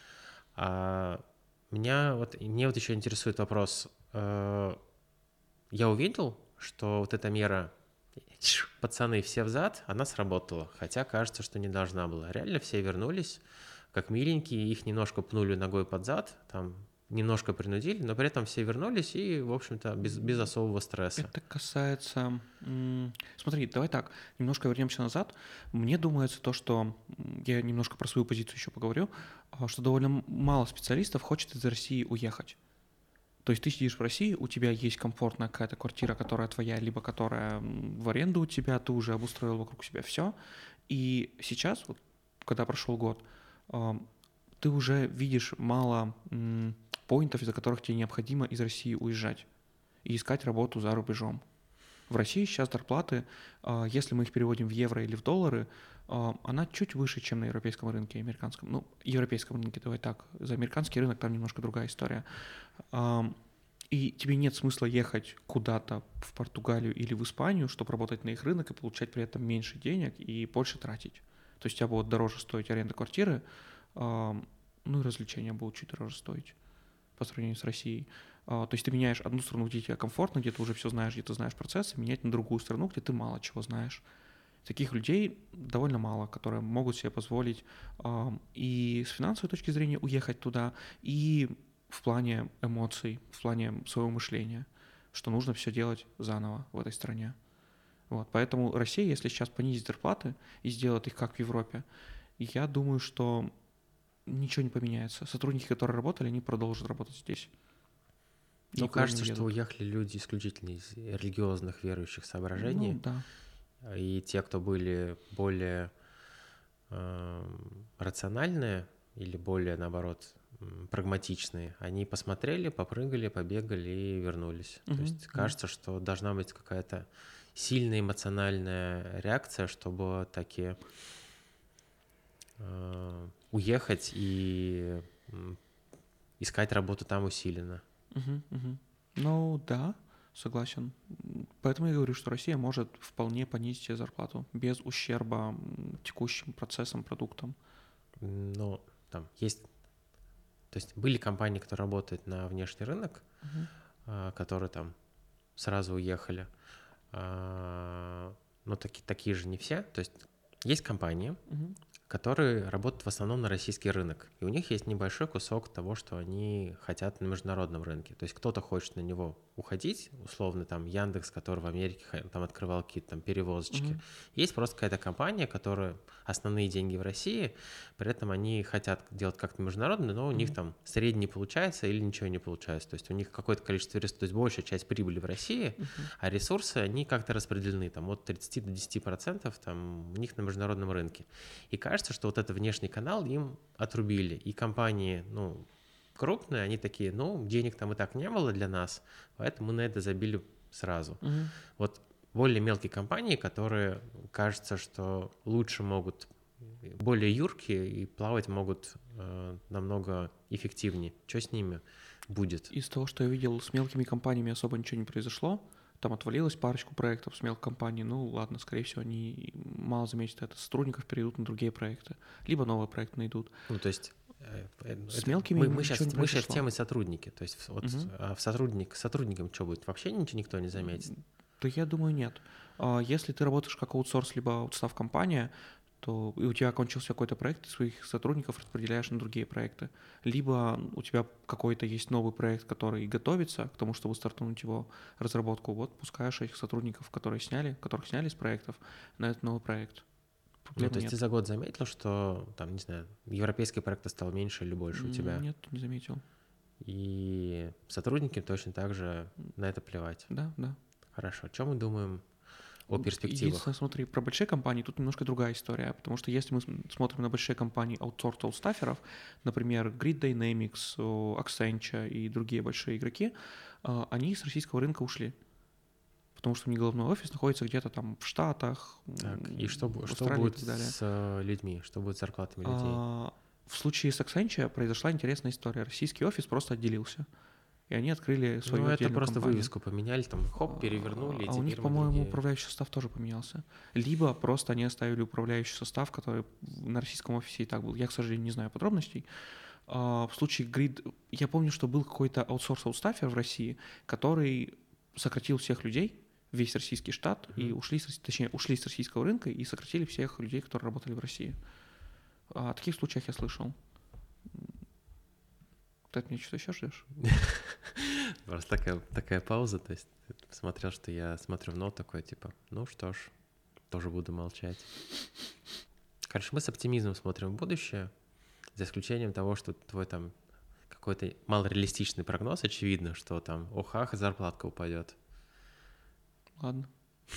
Меня вот еще интересует вопрос. Я увидел, что вот эта мера «пацаны, все взад», она сработала, хотя кажется, что не должна была. Реально все вернулись, как миленькие, их немножко пнули ногой под зад, там немножко принудили, но при этом все вернулись и, в общем-то, без особого стресса. Это касается... Смотри, давай так, немножко вернемся назад. Мне думается то, что... Я немножко про свою позицию еще поговорю, что довольно мало специалистов хочет из России уехать. То есть ты сидишь в России, у тебя есть комфортная какая-то квартира, которая твоя, либо которая в аренду у тебя, ты уже обустроил вокруг себя все. И сейчас, вот, когда прошел год, ты уже видишь мало поинтов, из-за которых тебе необходимо из России уезжать и искать работу за рубежом. В России сейчас зарплаты, если мы их переводим в евро или в доллары, она чуть выше, чем на европейском рынке, американском. Ну, европейском рынке, давай так. За американский рынок там немножко другая история. И тебе нет смысла ехать куда-то в Португалию или в Испанию, чтобы работать на их рынок и получать при этом меньше денег и больше тратить. То есть у тебя будет дороже стоить аренда квартиры, ну и развлечения будут чуть дороже стоить по сравнению с Россией. То есть ты меняешь одну страну, где тебе комфортно, где ты уже все знаешь, где ты знаешь процессы, менять на другую страну, где ты мало чего знаешь. Таких людей довольно мало, которые могут себе позволить и с финансовой точки зрения уехать туда, и в плане эмоций, в плане своего мышления, что нужно все делать заново в этой стране. Вот. Поэтому Россия, если сейчас понизит зарплаты и сделает их как в Европе, я думаю, что ничего не поменяется. Сотрудники, которые работали, они продолжат работать здесь. Ну, кажется, что уехали люди исключительно из религиозных верующих соображений. Ну, да. И те, кто были более рациональные или более, наоборот, прагматичные, они посмотрели, попрыгали, побегали и вернулись. То есть кажется, что должна быть какая-то сильная эмоциональная реакция, чтобы таки уехать и искать работу там усиленно. Ну да, согласен. Поэтому я говорю, что Россия может вполне понизить себе зарплату без ущерба текущим процессам, продуктам. Ну, там есть... То есть были компании, которые работают на внешний рынок, которые там сразу уехали. Но такие же не все. То есть есть компании, которые работают в основном на российский рынок. И у них есть небольшой кусок того, что они хотят на международном рынке. То есть кто-то хочет на него уходить, условно, там Яндекс, который в Америке там открывал какие-то там перевозочки. Есть просто какая-то компания, которая основные деньги в России, при этом они хотят делать как-то международно, но у них там средний получается или ничего не получается. То есть у них какое-то количество ресурсов, то есть большая часть прибыли в России, а ресурсы, они как-то распределены там от 30 до 10% там у них на международном рынке. И кажется, что вот этот внешний канал им отрубили. И компании, ну, крупные, они такие, ну, денег там и так не было для нас, поэтому мы на это забили сразу. Вот более мелкие компании, которые, кажется, что лучше могут, более юркие и плавать могут намного эффективнее. Что с ними будет? Из того, что я видел, с мелкими компаниями особо ничего не произошло. Там отвалилось парочку проектов с мелкой компанией. Ну ладно, скорее всего, они мало заметят это. Сотрудников перейдут на другие проекты. Либо новый проект найдут. Ну, то есть с мелкими мы сейчас произошло. в теме сотрудники. То есть вот сотрудникам что будет? Вообще ничего никто не заметит? Да я думаю, нет. Если ты работаешь как аутсорс, либо аутстав-компания, то и у тебя кончился какой-то проект, ты своих сотрудников распределяешь на другие проекты. Либо у тебя какой-то есть новый проект, который готовится к тому, чтобы стартануть его разработку, вот пускаешь этих сотрудников, которых сняли с проектов, на этот новый проект. Ну, то есть ты за год заметил, что, там, не знаю, европейских проектов стало меньше или больше у тебя? Нет, не заметил. И сотрудникам точно так же на это плевать? Да. Хорошо. О чем мы думаем о перспективах? Единственное, смотри, про большие компании тут немножко другая история, потому что если мы смотрим на большие компании аутсорс-стафферов, например, Grid Dynamics, Accenture и другие большие игроки, они с российского рынка ушли, потому что у них головной офис находится где-то там в Штатах, так, и что будет с людьми, что будет с зарплатами людей? В случае с Accenture произошла интересная история. Российский офис просто отделился. И они открыли свою отдельную это просто компанию. вывеску поменяли, там, хоп, перевернули, и у теперь них, мы по-моему, другие. управляющий состав тоже поменялся. Либо просто они оставили управляющий состав, который на российском офисе и так был. Я, к сожалению, не знаю подробностей. В случае Grid, я помню, что был какой-то аутсорс-аутстаффер в России, который сократил всех людей, весь российский штат, и ушли с российского рынка и сократили всех людей, которые работали в России. О таких случаях я слышал. Ты от меня что-то еще ждешь? Просто такая пауза, то есть ты посмотрел, что я смотрю в ноут такой, типа, ну что ж, тоже буду молчать. Короче, мы с оптимизмом смотрим в будущее, за исключением того, что твой там какой-то малореалистичный прогноз, очевидно, что там, ох-ах, зарплатка упадет. Ладно.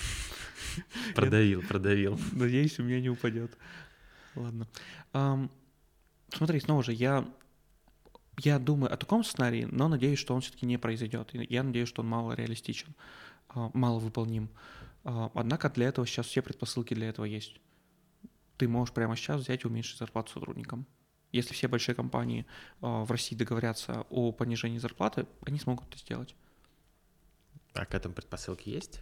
Продавил. Надеюсь, у меня не упадет. Ладно. Смотри, снова же, я думаю о таком сценарии, но надеюсь, что он все-таки не произойдет. Я надеюсь, что он мало реалистичен, мало выполним. Однако для этого сейчас все предпосылки для этого есть. Ты можешь прямо сейчас взять и уменьшить зарплату сотрудникам. Если все большие компании в России договорятся о понижении зарплаты, они смогут это сделать. А к этому предпосылки есть?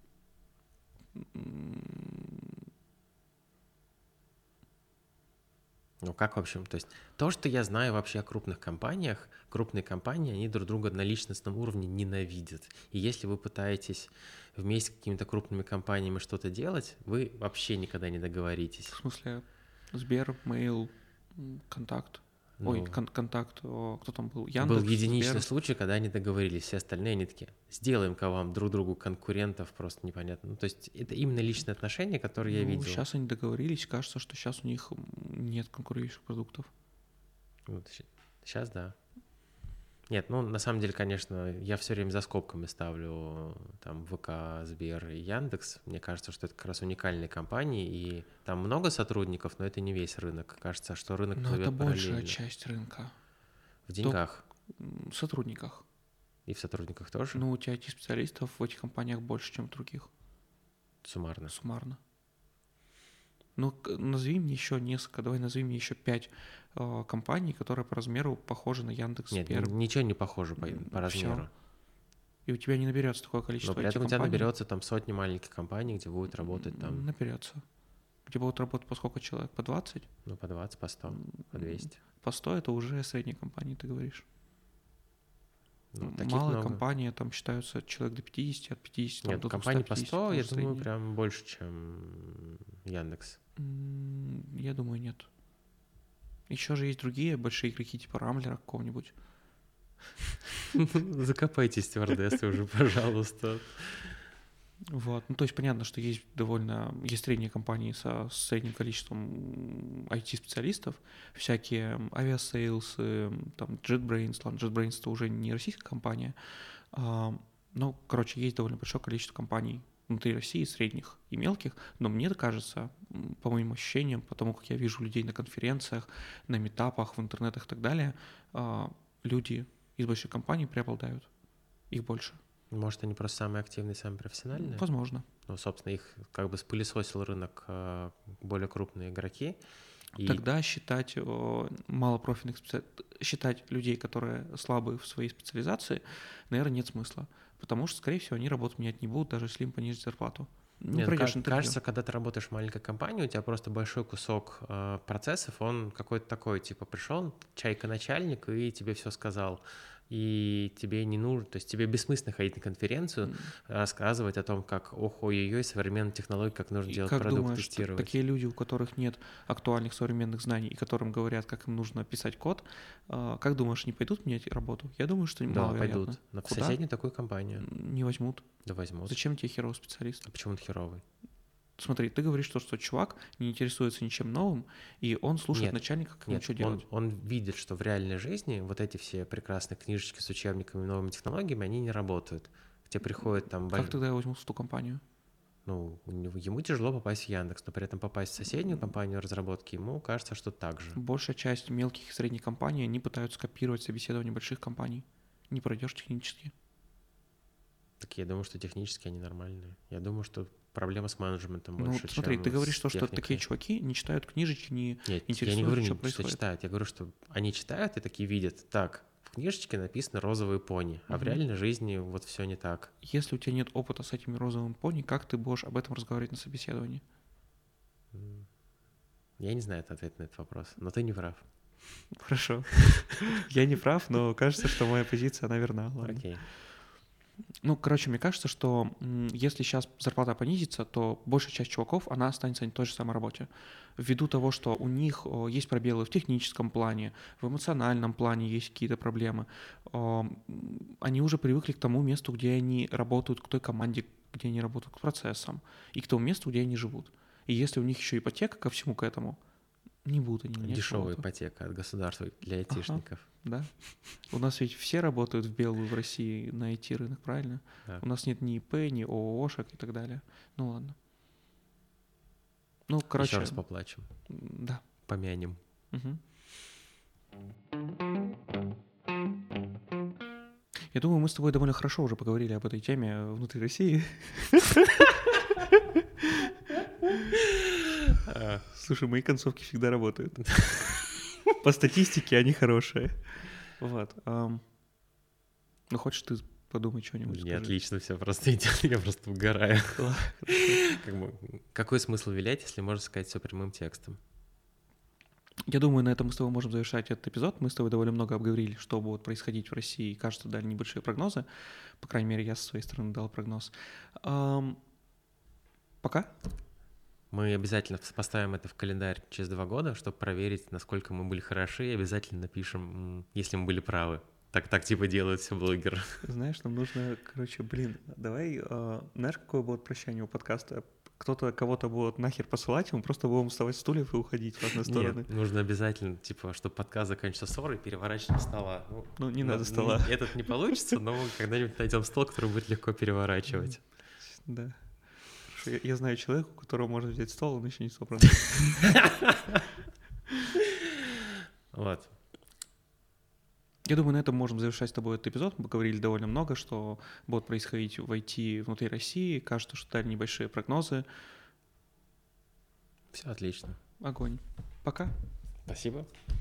Ну, как, в общем, то есть то, что я знаю вообще о крупных компаниях, крупные компании, они друг друга на личностном уровне ненавидят. И если вы пытаетесь вместе с какими-то крупными компаниями что-то делать, вы вообще никогда не договоритесь. В смысле, Сбер, Mail, Контакт? Контакт, кто там был? Яндекс, был единичный Сбер. случай, когда они договорились, все остальные, они такие, сделаем-ка вам друг другу конкурентов, просто непонятно. Ну, то есть это именно личные отношения, которые я видел. Сейчас они договорились, кажется, что сейчас у них нет конкурирующих продуктов. Сейчас да. Нет, ну на самом деле, конечно, я все время за скобками ставлю там ВК, Сбер и Яндекс. Мне кажется, что это как раз уникальные компании, и там много сотрудников, но это не весь рынок. Кажется, что рынок плывет это параллельно. большая часть рынка. В деньгах? В сотрудниках. И в сотрудниках тоже? Ну, у тебя IT-специалистов в этих компаниях больше, чем в других. Суммарно. Ну, назови мне еще несколько, давай назови мне еще 5 компаний, которые по размеру похожи на Яндекс. Нет, ничего не похоже по размеру. Всё. И у тебя не наберется такое количество. Но при этом у тебя наберется там сотни маленьких компаний, где будут работать там. Наберется. Где будут работать по сколько человек? По 20? Ну, по 20, по 100, по 200. По 100 это уже средние компании, ты говоришь. Ну, таких Малая много. компания, там считаются человек до 50, от 50 там, Нет, до компаний по 250, 100, я может, думаю, средние. прям больше, чем Яндекс. Я думаю, нет. Еще же есть другие большие игроки, типа Рамблера какого-нибудь. Закопайте стюардессы уже, пожалуйста. Вот. Ну, то есть понятно, что есть есть средние компании со средним количеством IT-специалистов, всякие авиасейлсы, там JetBrains, ладно, JetBrains это уже не российская компания, ну, короче, есть довольно большое количество компаний внутри России, средних и мелких, но мне кажется, по моим ощущениям, по тому, как я вижу людей на конференциях, на митапах, в интернетах и так далее, люди из больших компаний преобладают, их больше. Может, они просто самые активные, самые профессиональные? Возможно. Ну, собственно, их как бы спылесосил рынок более крупные игроки. И... Тогда считать малопрофильных считать людей, которые слабые в своей специализации, наверное, нет смысла. Потому что, скорее всего, они работу менять не будут, даже если им понизить зарплату. Не пройдешь интервью. Кажется, когда ты работаешь в маленькой компании, у тебя просто большой кусок процессов, он какой-то такой, типа, пришел чайка-начальник и тебе все сказал. И тебе не нужно, то есть тебе бессмысленно ходить на конференцию, рассказывать о том, как ой-ой-ой, современные технологии, как нужно делать продукт, думаешь, тестировать. Такие люди, у которых нет актуальных современных знаний и которым говорят, как им нужно писать код, как думаешь, не пойдут менять работу? Я думаю, что Да, маловероятно. пойдут. Но в соседнюю такую компанию. Не возьмут. Да возьмут. Зачем тебе херовый специалист? А почему он херовый? Смотри, ты говоришь, что чувак не интересуется ничем новым, и он слушает начальника, как ему что делать. Он видит, что в реальной жизни вот эти все прекрасные книжечки с учебниками и новыми технологиями, они не работают. К тебе приходят там... Как тогда я возьму в ту компанию? Ну, ему тяжело попасть в Яндекс, но при этом попасть в соседнюю компанию разработки ему кажется, что так же. Большая часть мелких и средних компаний, они пытаются копировать собеседование больших компаний. Не пройдешь технически. Так я думаю, что технически они нормальные. Я думаю, что проблема с менеджментом больше, чем смотри, ты говоришь, что техникой. такие чуваки не читают книжечки, не интересуются, я не говорю, что что происходит. читают. Я говорю, что они читают и такие видят. Так, в книжечке написано «розовые пони», а в реальной жизни вот все не так. Если у тебя нет опыта с этими розовыми пони, как ты будешь об этом разговаривать на собеседовании? Я не знаю ответ на этот вопрос, но ты не прав. Хорошо. Я не прав, но кажется, что моя позиция, она верна. Окей. Ну, короче, мне кажется, что если сейчас зарплата понизится, то большая часть чуваков, она останется на той же самой работе. Ввиду того, что у них есть пробелы в техническом плане, в эмоциональном плане есть какие-то проблемы, они уже привыкли к тому месту, где они работают, к той команде, где они работают, к процессам, и к тому месту, где они живут. И если у них еще ипотека ко всему к этому, не будут они менять Дешевая работу. ипотека от государства для айтишников. Да. У нас ведь все работают в белую в России на IT-рынок, правильно? Да. У нас нет ни ИП, ни ООшек и так далее. Ну ладно. Ну, короче... Еще раз поплачем. Да. Помянем. Угу. Я думаю, мы с тобой довольно хорошо уже поговорили об этой теме внутри России. Слушай, мои концовки всегда работают. По статистике они хорошие. Вот. Ну, хочешь ты подумай что-нибудь? Не, отлично все просто идет, я просто угораю. Какой смысл вилять, если можно сказать все прямым текстом? Я думаю, на этом мы с тобой можем завершать этот эпизод. Мы с тобой довольно много обговорили, что будет происходить в России. Кажется, дали небольшие прогнозы. По крайней мере, я со своей стороны дал прогноз. Пока. Мы обязательно поставим это в календарь через 2 года, чтобы проверить, насколько мы были хороши, и обязательно напишем, если мы были правы. Так типа делают все блогеры. Знаешь, нам нужно, давай, знаешь, какое будет прощание у подкаста? Кто-то кого-то будет нахер посылать, мы просто будем вставать с стульев и уходить в разные стороны. Нет, нужно обязательно, типа, чтобы подкаст закончился ссорой, переворачиваем стола. Ну, не надо стола. Этот не получится, но мы когда-нибудь найдем стол, который будет легко переворачивать. Да. Я знаю человека, у которого можно взять стол, он еще не собран. Вот. Я думаю, на этом можем завершать с тобой этот эпизод. Мы поговорили довольно много, что будет происходить в IT внутри России. Кажется, что дали небольшие прогнозы. Все отлично. Огонь. Пока. Спасибо.